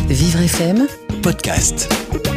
Vivre FM podcast.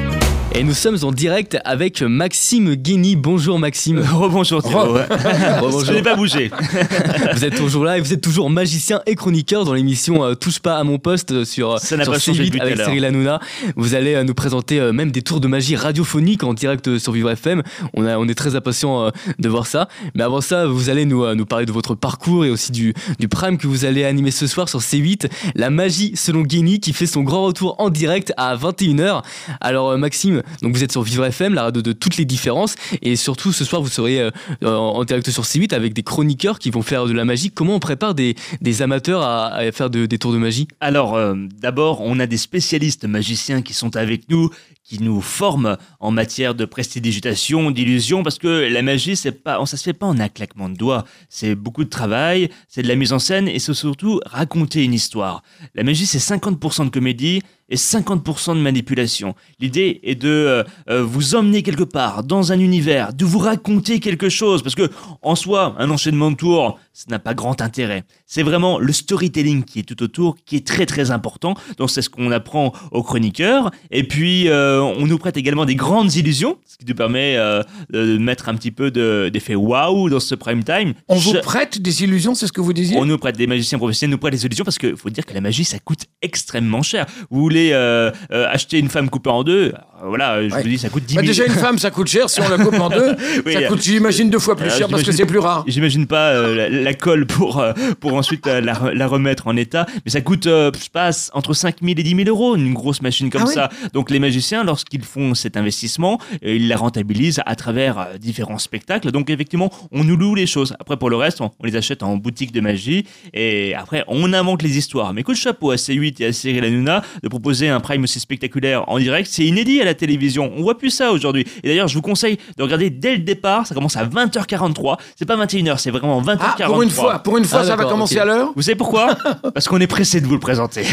Et nous sommes en direct avec Maxime Guény. Bonjour Maxime. Rebonjour Théo. Rebonjour. Je n'ai pas bougé. Vous êtes toujours là et vous êtes toujours magicien et chroniqueur dans l'émission Touche pas à mon poste sur C8 avec Cyril Hanouna. Vous allez nous présenter même des tours de magie radiophoniques en direct sur Vivre FM. On est très impatients de voir ça. Mais avant ça, vous allez nous parler de votre parcours et aussi du prime que vous allez animer ce soir sur C8. La magie selon Guény qui fait son grand retour en direct à 21h. Alors Maxime, donc vous êtes sur Vivre FM, la radio de toutes les différences, et surtout ce soir vous serez en direct sur C8 avec des chroniqueurs qui vont faire de la magie. Comment on prépare des amateurs à faire des tours de magie ? Alors d'abord on a des spécialistes magiciens qui sont avec nous, qui nous forment en matière de prestidigitation, d'illusion, parce que la magie ça se fait pas en un claquement de doigts, c'est beaucoup de travail, c'est de la mise en scène et c'est surtout raconter une histoire. La magie c'est 50% de comédie et 50% de manipulation. L'idée est de vous emmener quelque part, dans un univers, de vous raconter quelque chose, parce que en soi, un enchaînement de tours, ça n'a pas grand intérêt. C'est vraiment le storytelling qui est tout autour, qui est très très important, donc c'est ce qu'on apprend aux chroniqueurs, et puis on nous prête également des grandes illusions, ce qui nous permet de mettre un petit peu d'effet waouh dans ce prime time. On vous prête des illusions, c'est ce que vous disiez ? On nous prête, des magiciens professionnels nous prêtent des illusions, parce qu'il faut dire que la magie, ça coûte extrêmement cher. Vous voulez acheter une femme coupée en deux, voilà, je vous dis, ça coûte 10 000. Déjà, une femme, ça coûte cher. Si on la coupe en deux, oui, ça coûte, j'imagine, 2 fois plus cher parce que c'est plus rare. J'imagine pas la colle pour ensuite la remettre en état. Mais ça coûte, je passe, entre 5 000 et 10 000 euros, une grosse machine comme ça. Oui. Donc, les magiciens, lorsqu'ils font cet investissement, ils la rentabilisent à travers différents spectacles. Donc, effectivement, on nous loue les choses. Après, pour le reste, on les achète en boutique de magie. Et après, on invente les histoires. Mais coup de chapeau à C8 et à Cyril Hanouna de proposer un prime aussi spectaculaire en direct. C'est inédit à la télévision. On voit plus ça aujourd'hui. Et d'ailleurs, je vous conseille de regarder dès le départ. Ça commence à 20h43. C'est pas 21h, c'est vraiment 20h43. Ah, pour une fois, ça va commencer à l'heure. Vous savez pourquoi ? Parce qu'on est pressé de vous le présenter.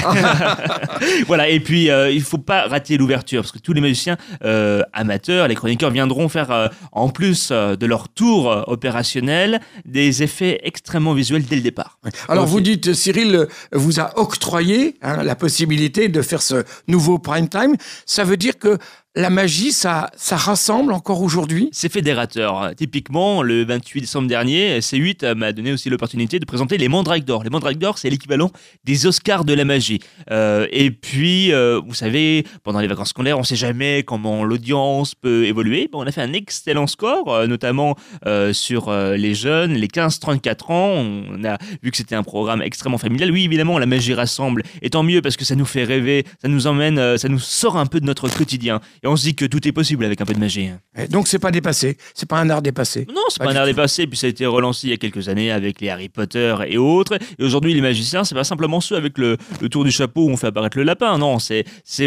Voilà. Et puis, il faut pas rater l'ouverture parce que tous les magiciens amateurs, les chroniqueurs viendront faire, en plus de leur tour opérationnel, des effets extrêmement visuels dès le départ. Alors, vous dites, Cyril vous a octroyé la possibilité de faire ce nouveau prime time. Ça veut dire que la magie, ça rassemble encore aujourd'hui ? C'est fédérateur. Typiquement, le 28 décembre dernier, C8 m'a donné aussi l'opportunité de présenter les Mandrakes d'or. Les Mandrakes d'or, c'est l'équivalent des Oscars de la magie. Et puis, vous savez, pendant les vacances scolaires, on ne sait jamais comment l'audience peut évoluer. Bon, on a fait un excellent score, notamment sur les jeunes, les 15-34 ans. On a vu que c'était un programme extrêmement familial. Oui, évidemment, la magie rassemble. Et tant mieux parce que ça nous fait rêver, ça nous emmène, ça nous sort un peu de notre quotidien. Et on se dit que tout est possible avec un peu de magie. Et donc c'est pas dépassé, c'est pas un art dépassé. Non, c'est pas un art dépassé, puis ça a été relancé il y a quelques années avec les Harry Potter et autres. Et aujourd'hui, les magiciens, c'est pas simplement ceux avec le tour du chapeau où on fait apparaître le lapin. Non, c'est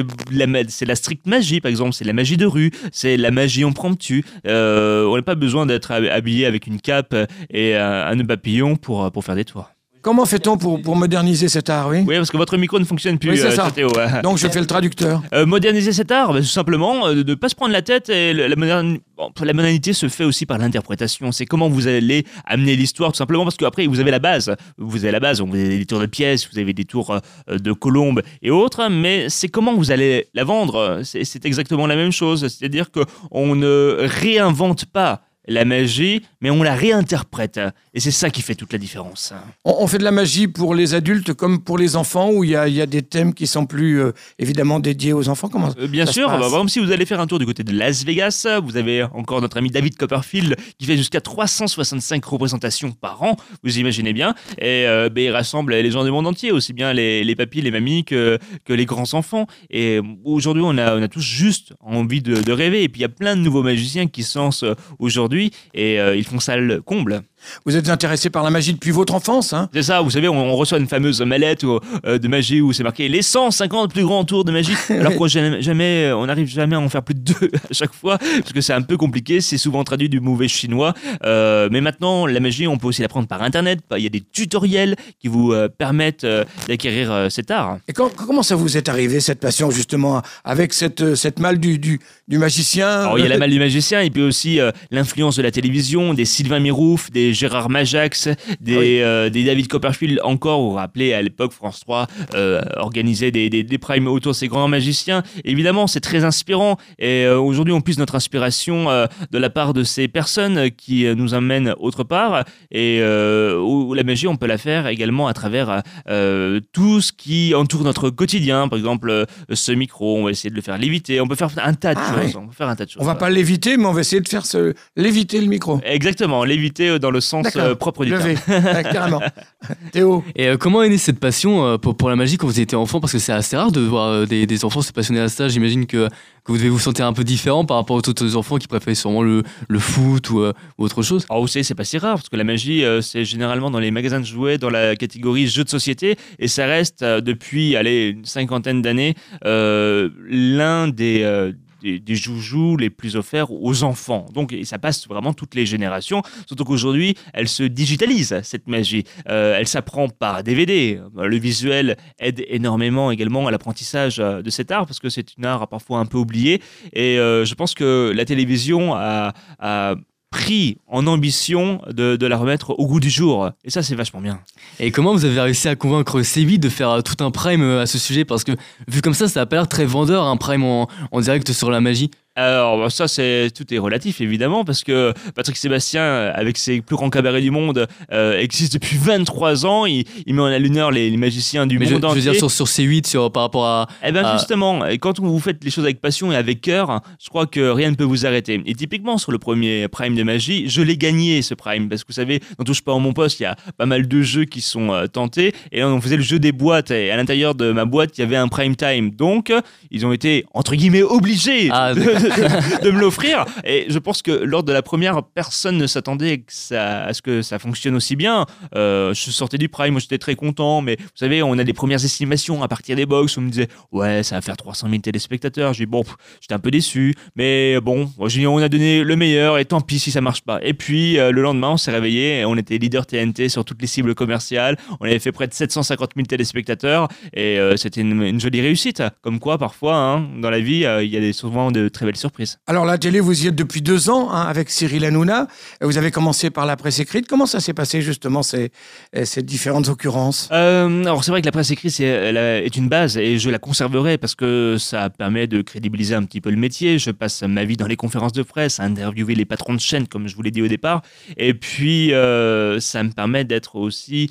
la stricte magie, par exemple. C'est la magie de rue, c'est la magie impromptue. On n'a pas besoin d'être habillé avec une cape et un nœud papillon pour faire des tours. Comment fait-on pour moderniser cet art, oui ? Oui, parce que votre micro ne fonctionne plus, oui, c'est ça. Théo. Donc je fais le traducteur. Moderniser cet art, tout simplement, de ne pas se prendre la tête. Et la modernité se fait aussi par l'interprétation. C'est comment vous allez amener l'histoire, tout simplement, parce qu'après, vous avez la base. Vous avez des tours de pièces, vous avez des tours de colombes et autres, mais c'est comment vous allez la vendre. C'est exactement la même chose. C'est-à-dire qu'on ne réinvente pas la magie, mais on la réinterprète. Et c'est ça qui fait toute la différence. On fait de la magie pour les adultes comme pour les enfants, où il y a des thèmes qui sont plus, évidemment, dédiés aux enfants. Comment bien sûr, par exemple, si vous allez faire un tour du côté de Las Vegas, vous avez encore notre ami David Copperfield qui fait jusqu'à 365 représentations par an, vous imaginez bien. Et il rassemble les gens du monde entier, aussi bien les papis, les mamies que les grands enfants. Et aujourd'hui, on a tous juste envie de rêver. Et puis, il y a plein de nouveaux magiciens qui se lancent aujourd'hui et ils font ça le comble. Vous êtes intéressé par la magie depuis votre enfance, hein ? C'est ça, vous savez, on reçoit une fameuse mallette de magie où c'est marqué les 150 plus grands tours de magie, alors qu'on on n'arrive jamais à en faire plus de 2 à chaque fois, parce que c'est un peu compliqué, c'est souvent traduit du mauvais chinois. Mais maintenant, la magie, on peut aussi l'apprendre par Internet. Il y a des tutoriels qui vous permettent d'acquérir cet art. Et comment ça vous est arrivé, cette passion, justement, avec cette malle du magicien ? Alors, il y a la malle du magicien, et puis aussi l'influence de la télévision, des Sylvain Mirouf, des des Gérard Majax, des David Copperfield encore. Vous vous rappelez, à l'époque, France 3 organisait des primes autour de ces grands magiciens. Évidemment, c'est très inspirant. Et aujourd'hui, on puise notre inspiration de la part de ces personnes qui nous emmènent autre part. Et où la magie, on peut la faire également à travers tout ce qui entoure notre quotidien. Par exemple, ce micro, on va essayer de le faire léviter. On peut faire un tas de choses. Oui. On va pas l'éviter, mais on va essayer de faire léviter le micro. Exactement, léviter dans le sens propre du terme. Carrément. Théo. Et comment est née cette passion pour la magie quand vous étiez enfant? Parce que c'est assez rare de voir des enfants se passionner à ça. J'imagine que vous devez vous sentir un peu différent par rapport aux autres enfants qui préfèrent sûrement le foot ou autre chose. Alors vous savez, c'est pas si rare, parce que la magie, c'est généralement dans les magasins de jouets, dans la catégorie jeux de société, et ça reste depuis une cinquantaine d'années l'un des joujoux les plus offerts aux enfants. Donc ça passe vraiment toutes les générations, surtout qu'aujourd'hui, elle se digitalise, cette magie. Elle s'apprend par DVD. Le visuel aide énormément également à l'apprentissage de cet art, parce que c'est une art parfois un peu oublié. Et je pense que la télévision a pris en ambition de la remettre au goût du jour. Et ça, c'est vachement bien. Et comment vous avez réussi à convaincre C8 de faire tout un prime à ce sujet? Parce que vu comme ça a pas l'air très vendeur, un prime en direct sur la magie. Alors ça, tout est relatif évidemment, parce que Patrick Sébastien, avec ses plus grands cabarets du monde, existe depuis 23 ans. Il met en l'honneur les magiciens du monde entier. Je veux dire sur C8, par rapport à... Eh bien justement, quand vous faites les choses avec passion et avec cœur, je crois que rien ne peut vous arrêter. Et typiquement sur le premier prime de magie, je l'ai gagné ce prime, parce que vous savez, dans Touche pas à mon poste, il y a pas mal de jeux qui sont tentés, et on faisait le jeu des boîtes, et à l'intérieur de ma boîte, il y avait un prime time. Donc, ils ont été, entre guillemets, obligés de me l'offrir. Et je pense que lors de la première, personne ne s'attendait à ce que ça fonctionne aussi bien. Je sortais du prime, moi j'étais très content, mais vous savez, on a des premières estimations à partir des box. On me disait, ouais, ça va faire 300 000 téléspectateurs. J'ai dit, bon, j'étais un peu déçu, mais bon, on a donné le meilleur et tant pis si ça marche pas. Et puis, le lendemain, on s'est réveillé et on était leader TNT sur toutes les cibles commerciales. On avait fait près de 750 000 téléspectateurs et c'était une jolie réussite. Comme quoi, parfois, dans la vie, il y a souvent de très belles surprises. Alors la télé, vous y êtes depuis 2 ans avec Cyril Hanouna. Vous avez commencé par la presse écrite. Comment ça s'est passé justement ces différentes occurrences? Alors c'est vrai que la presse écrite est une base et je la conserverai parce que ça permet de crédibiliser un petit peu le métier. Je passe ma vie dans les conférences de presse à interviewer les patrons de chaîne comme je vous l'ai dit au départ. Et puis ça me permet d'être aussi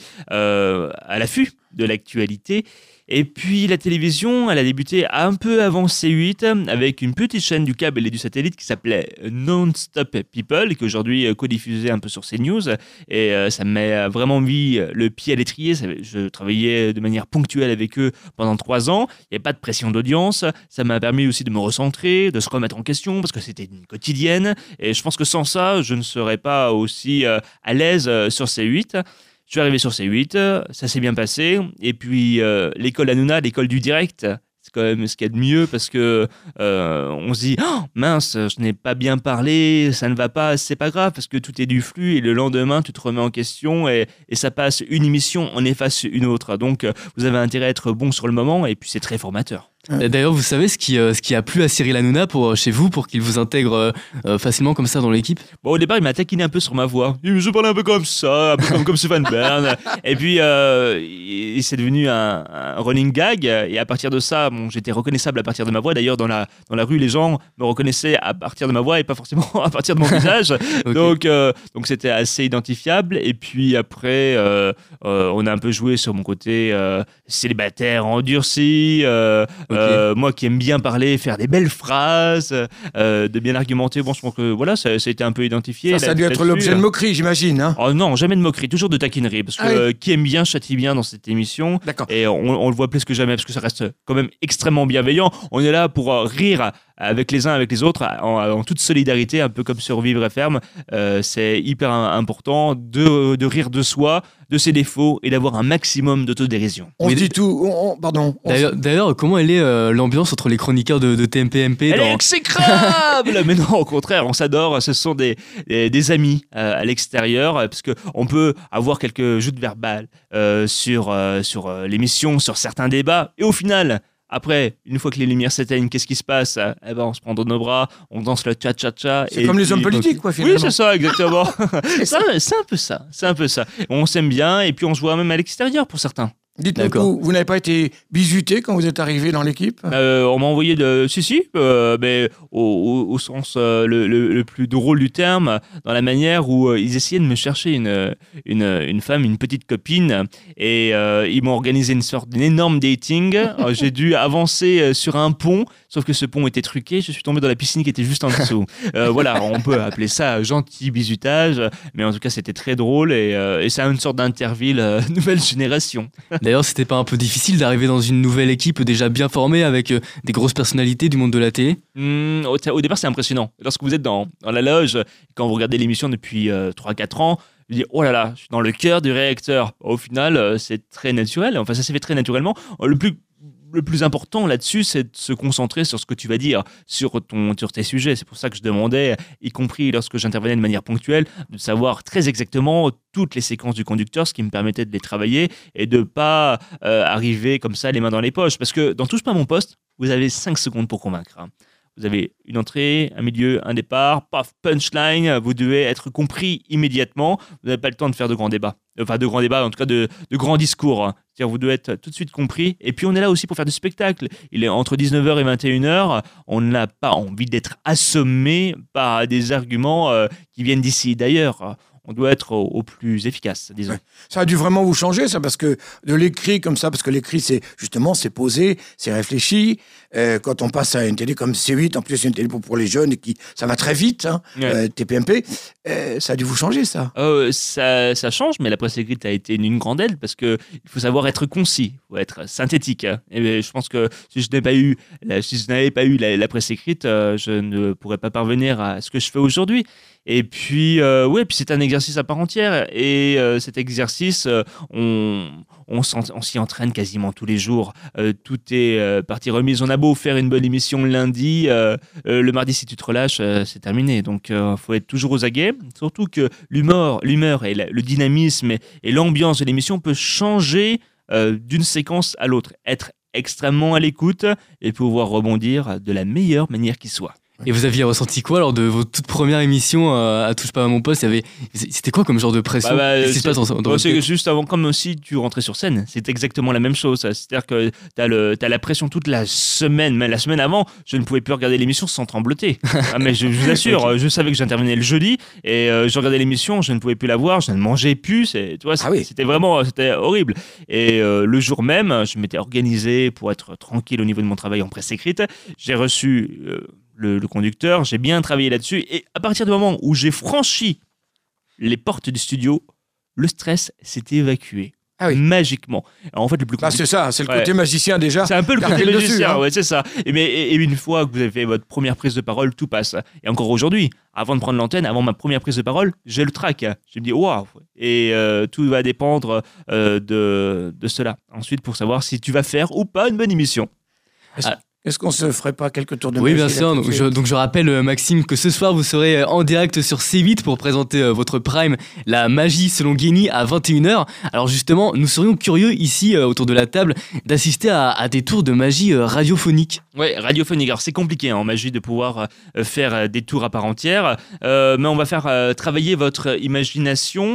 à l'affût de l'actualité. Et puis la télévision, elle a débuté un peu avant C8 avec une petite chaîne du câble et du satellite qui s'appelait Non-Stop People et qui aujourd'hui codiffusait un peu sur CNews. Et ça m'a vraiment mis le pied à l'étrier. Je travaillais de manière ponctuelle avec eux pendant 3 ans. Il n'y avait pas de pression d'audience. Ça m'a permis aussi de me recentrer, de se remettre en question parce que c'était une quotidienne. Et je pense que sans ça, je ne serais pas aussi à l'aise sur C8. Je suis arrivé sur C8, ça s'est bien passé. Et puis, l'école Hanouna, l'école du direct, c'est quand même ce qu'il y a de mieux parce que on se dit oh, mince, je n'ai pas bien parlé, ça ne va pas, c'est pas grave parce que tout est du flux et le lendemain, tu te remets en question et ça passe une émission, on efface une autre. Donc, vous avez intérêt à être bon sur le moment et puis c'est très formateur. D'ailleurs, vous savez ce qui a plu à Cyril Hanouna chez vous pour qu'il vous intègre facilement comme ça dans l'équipe? Bon, au départ, il m'a taquiné un peu sur ma voix. Je parlais un peu comme ça, un peu comme Stéphane Bern. Et puis, c'est devenu un running gag. Et à partir de ça, j'étais reconnaissable à partir de ma voix. D'ailleurs, dans la rue, les gens me reconnaissaient à partir de ma voix et pas forcément à partir de mon visage. Okay. Donc, c'était assez identifiable. Et puis après, on a un peu joué sur mon côté célibataire endurci. Okay. Moi qui aime bien parler, faire des belles phrases, de bien argumenter. Bon, je pense que voilà, ça a été un peu identifié. Ça a dû être l'objet de moquerie, j'imagine. Hein. Oh non, jamais de moquerie, toujours de taquinerie. Parce que qui aime bien châtie bien dans cette émission. D'accord. Et on le voit plus que jamais parce que ça reste quand même extrêmement bienveillant. On est là pour rire avec les uns, avec les autres, en toute solidarité, un peu comme sur Vivre et Ferme. C'est hyper important de rire de soi, de ses défauts et d'avoir un maximum d'autodérision. On dit tout. Pardon. D'ailleurs, comment elle est l'ambiance entre les chroniqueurs de TMPMP? Elle est exécrable. Mais non, au contraire, on s'adore. Ce sont des amis à l'extérieur, parce qu'on peut avoir quelques joutes verbales sur l'émission, sur certains débats. Et au final, Après, une fois que les lumières s'éteignent, qu'est-ce qui se passe? Eh ben, on se prend dans nos bras, on danse le cha-cha-cha. C'est comme les hommes politiques, quoi, finalement. Oui, c'est ça, exactement. c'est un peu ça. On s'aime bien et puis on se voit même à l'extérieur pour certains. Dites-moi, vous n'avez pas été bisuté quand vous êtes arrivé dans l'équipe? On m'a envoyé mais au sens le plus drôle du terme, dans la manière où ils essayaient de me chercher une femme, une petite copine, et ils m'ont organisé une sorte d'énorme dating. J'ai dû avancer sur un pont, sauf que ce pont était truqué, je suis tombé dans la piscine qui était juste en dessous. Voilà, on peut appeler ça gentil bisutage, mais en tout cas c'était très drôle, et c'est une sorte d'Interville nouvelle génération. D'ailleurs, c'était pas un peu difficile d'arriver dans une nouvelle équipe déjà bien formée avec des grosses personnalités du monde de la télé? Au départ, c'est impressionnant. Lorsque vous êtes dans la loge, quand vous regardez l'émission depuis 3-4 ans, vous dites oh là là, je suis dans le cœur du réacteur. Au final, c'est très naturel. Enfin, ça s'est fait très naturellement. Le plus important là-dessus, c'est de se concentrer sur ce que tu vas dire, sur tes sujets. C'est pour ça que je demandais, y compris lorsque j'intervenais de manière ponctuelle, de savoir très exactement toutes les séquences du conducteur, ce qui me permettait de les travailler et de ne pas arriver comme ça les mains dans les poches. Parce que dans Touche pas à mon poste, vous avez 5 secondes pour convaincre. Vous avez une entrée, un milieu, un départ, paf, punchline, vous devez être compris immédiatement. Vous n'avez pas le temps de faire de grands débats. Enfin, de grands débats, en tout cas de grands discours. C'est-à-dire vous devez être tout de suite compris. Et puis on est là aussi pour faire du spectacle. Il est entre 19h et 21h. On n'a pas envie d'être assommé par des arguments qui viennent d'ici et d'ailleurs. On doit être au plus efficace, disons. Ouais. Ça a dû vraiment vous changer, ça, parce que de l'écrit comme ça, parce que l'écrit, c'est posé, c'est réfléchi. Quand on passe à une télé comme C8, en plus, c'est une télé pour les jeunes, et ça va très vite, TPMP, ça a dû vous changer, ça. Ça change, mais la presse écrite a été une grande aide, parce qu'il faut savoir être concis, il faut être synthétique. Et je pense que si je n'avais pas eu la presse écrite, je ne pourrais pas parvenir à ce que je fais aujourd'hui. Et puis, puis c'est un exercice à part entière. Et cet exercice, on s'y entraîne quasiment tous les jours. Tout est partie remise. On a beau faire une bonne émission le lundi, le mardi, si tu te relâches, c'est terminé. Donc, faut être toujours aux aguets. Surtout que l'humeur et le dynamisme et l'ambiance de l'émission peut changer d'une séquence à l'autre. Être extrêmement à l'écoute et pouvoir rebondir de la meilleure manière qui soit. Et vous aviez ressenti quoi lors de votre toute première émission à Touche pas à mon poste? C'était quoi comme genre de pression? C'est juste avant, comme si tu rentrais sur scène. C'est exactement la même chose. C'est-à-dire que t'as la pression toute la semaine. Même la semaine avant, je ne pouvais plus regarder l'émission sans trembloter. Mais je vous assure, okay. Je savais que j'intervenais le jeudi et je regardais l'émission, je ne pouvais plus la voir, je ne mangeais plus. C'était horrible. Et le jour même, je m'étais organisé pour être tranquille au niveau de mon travail en presse écrite. J'ai reçu le conducteur, j'ai bien travaillé là-dessus et à partir du moment où j'ai franchi les portes du studio, le stress s'est évacué. Magiquement. Alors, en fait, le plus c'est ça, c'est le côté magicien déjà. C'est un peu le côté magicien, ouais, c'est ça. Et une fois que vous avez fait votre première prise de parole, tout passe. Et encore aujourd'hui, avant de prendre l'antenne, avant ma première prise de parole, j'ai le trac. Je me dis waouh. Et tout va dépendre de cela. Ensuite, pour savoir si tu vas faire ou pas une bonne émission. Est-ce qu'on se ferait pas quelques tours de magie? Oui, bien sûr. Donc je rappelle, Maxime, que ce soir, vous serez en direct sur C8 pour présenter votre prime, la magie selon Guény, à 21h. Alors justement, nous serions curieux ici, autour de la table, d'assister à des tours de magie radiophonique. Oui, radiophonique. Alors c'est compliqué en magie de pouvoir faire des tours à part entière, mais on va faire travailler votre imagination.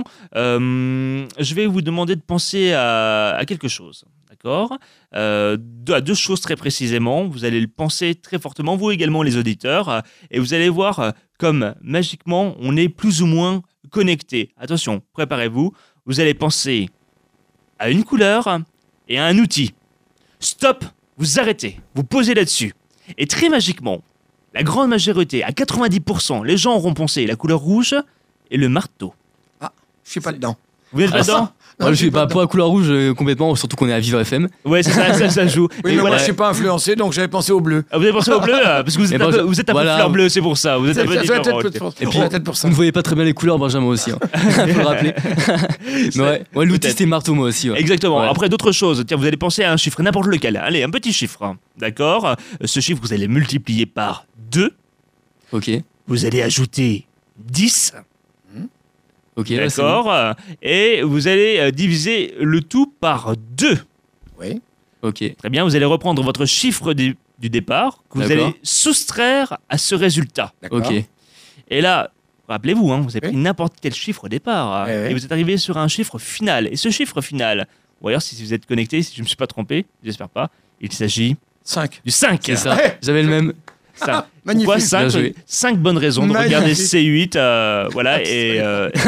Je vais vous demander de penser à quelque chose. D'accord, à 2 choses très précisément. Vous allez le penser très fortement, vous également les auditeurs, et vous allez voir comme magiquement on est plus ou moins connecté. Attention, préparez-vous, vous allez penser à une couleur et à un outil. Stop, vous arrêtez, vous posez là-dessus. Et très magiquement, la grande majorité, à 90%, les gens auront pensé la couleur rouge et le marteau. Ah, je suis pas dedans. Vous n'êtes pas dedans? Non, je suis pas pour la couleur rouge complètement, surtout qu'on est à Vivre FM. Ouais, c'est ça joue. Oui, mais moi je suis pas influencé, donc j'avais pensé au bleu. Ah, vous avez pensé au bleu parce que vous êtes un peu fleur bleue, c'est pour ça. Vous êtes un peu différent. Et puis, vous ne voyez pas très bien les couleurs, Benjamin aussi. Faut le rappeler. Ouais, l'outil c'était marteau, moi aussi. Ouais. Exactement. Ouais. Après d'autres choses, tiens, vous allez penser à un chiffre, n'importe lequel. Allez, un petit chiffre, d'accord. Ce chiffre, vous allez multiplier par 2. Ok. Vous allez ajouter 10. Okay, d'accord. Et vous allez diviser le tout par 2. Oui. Ok. Très bien, vous allez reprendre votre chiffre du départ que vous allez soustraire à ce résultat. Ok. Et là, rappelez-vous, vous avez pris n'importe quel chiffre au départ et vous êtes arrivé sur un chiffre final. Et ce chiffre final, ou alors si vous êtes connecté, si je ne me suis pas trompé, j'espère pas, il s'agit 5. Du 5. C'est ça, j'avais le même. Ça. Magnifique. Pourquoi 5 bonnes raisons de regarder C8, voilà, et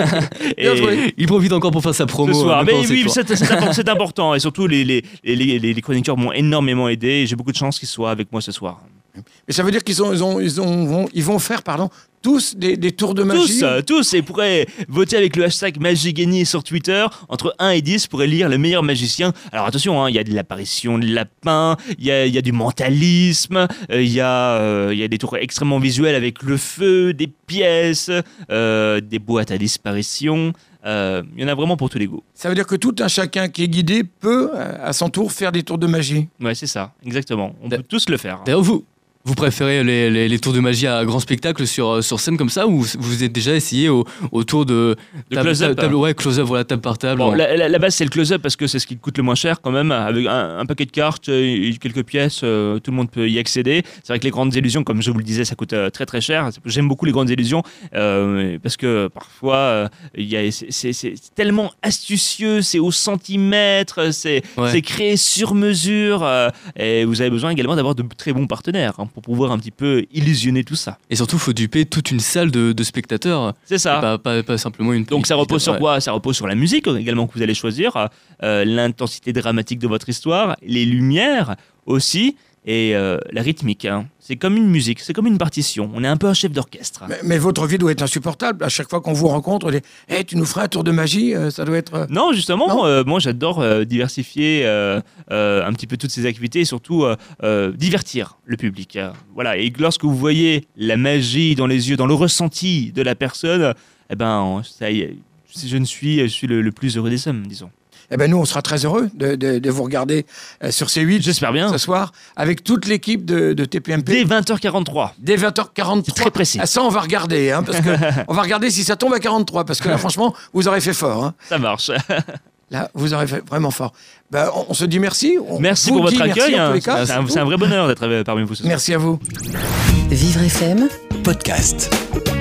il profite encore pour faire sa promo. Ce soir. Mais oui, c'est important, et surtout les chroniqueurs m'ont énormément aidé, et j'ai beaucoup de chance qu'ils soient avec moi ce soir. Mais ça veut dire qu'ils vont faire, tous des tours de magie. Tous, et pourraient voter avec le hashtag MagieGagné sur Twitter. Entre 1 et 10 pourraient lire le meilleur magicien. Alors attention, il y a de l'apparition de lapins, il y a du mentalisme, il y a des tours extrêmement visuels avec le feu, des pièces, des boîtes à disparition. Il y en a vraiment pour tous les goûts. Ça veut dire que tout un chacun qui est guidé peut, à son tour, faire des tours de magie. Ouais, c'est ça, exactement. On peut tous le faire. D'ailleurs, vous préférez les tours de magie à grand spectacle sur scène comme ça, ou vous êtes déjà essayé au tour de close-up, close-up, voilà, table par table. Bon, la base c'est le close-up parce que c'est ce qui coûte le moins cher quand même, avec un paquet de cartes et quelques pièces, tout le monde peut y accéder. C'est vrai que les grandes illusions, comme je vous le disais, ça coûte très très cher. J'aime beaucoup les grandes illusions parce que parfois c'est tellement astucieux, c'est au centimètre, c'est créé sur mesure, et vous avez besoin également d'avoir de très bons partenaires pour pouvoir un petit peu illusionner tout ça. Et surtout, il faut duper toute une salle de spectateurs. C'est ça. Pas simplement une... Donc ça repose sur quoi ? Ça repose sur la musique également que vous allez choisir, l'intensité dramatique de votre histoire, les lumières aussi, et la rythmique. C'est comme une musique, c'est comme une partition. On est un peu un chef d'orchestre. Mais votre vie doit être insupportable. À chaque fois qu'on vous rencontre, on dit « tu nous feras un tour de magie ?» Ça doit être... Non, justement, moi j'adore diversifier un petit peu toutes ces activités et surtout divertir le public. Voilà. Et lorsque vous voyez la magie dans les yeux, dans le ressenti de la personne, ça y est, je suis le plus heureux des hommes, disons. Nous, on sera très heureux de vous regarder sur C8. J'espère bien. Ce soir, avec toute l'équipe de TPMP. Dès 20h43. Dès 20h43. C'est très précis. Ça, on va regarder, parce que on va regarder si ça tombe à 43, parce que là, franchement, vous aurez fait fort. Ça marche. Là, vous aurez fait vraiment fort. On se dit merci. Merci pour votre accueil. C'est un vrai bonheur d'être parmi vous ce soir. Merci à vous. Vivre FM Podcast.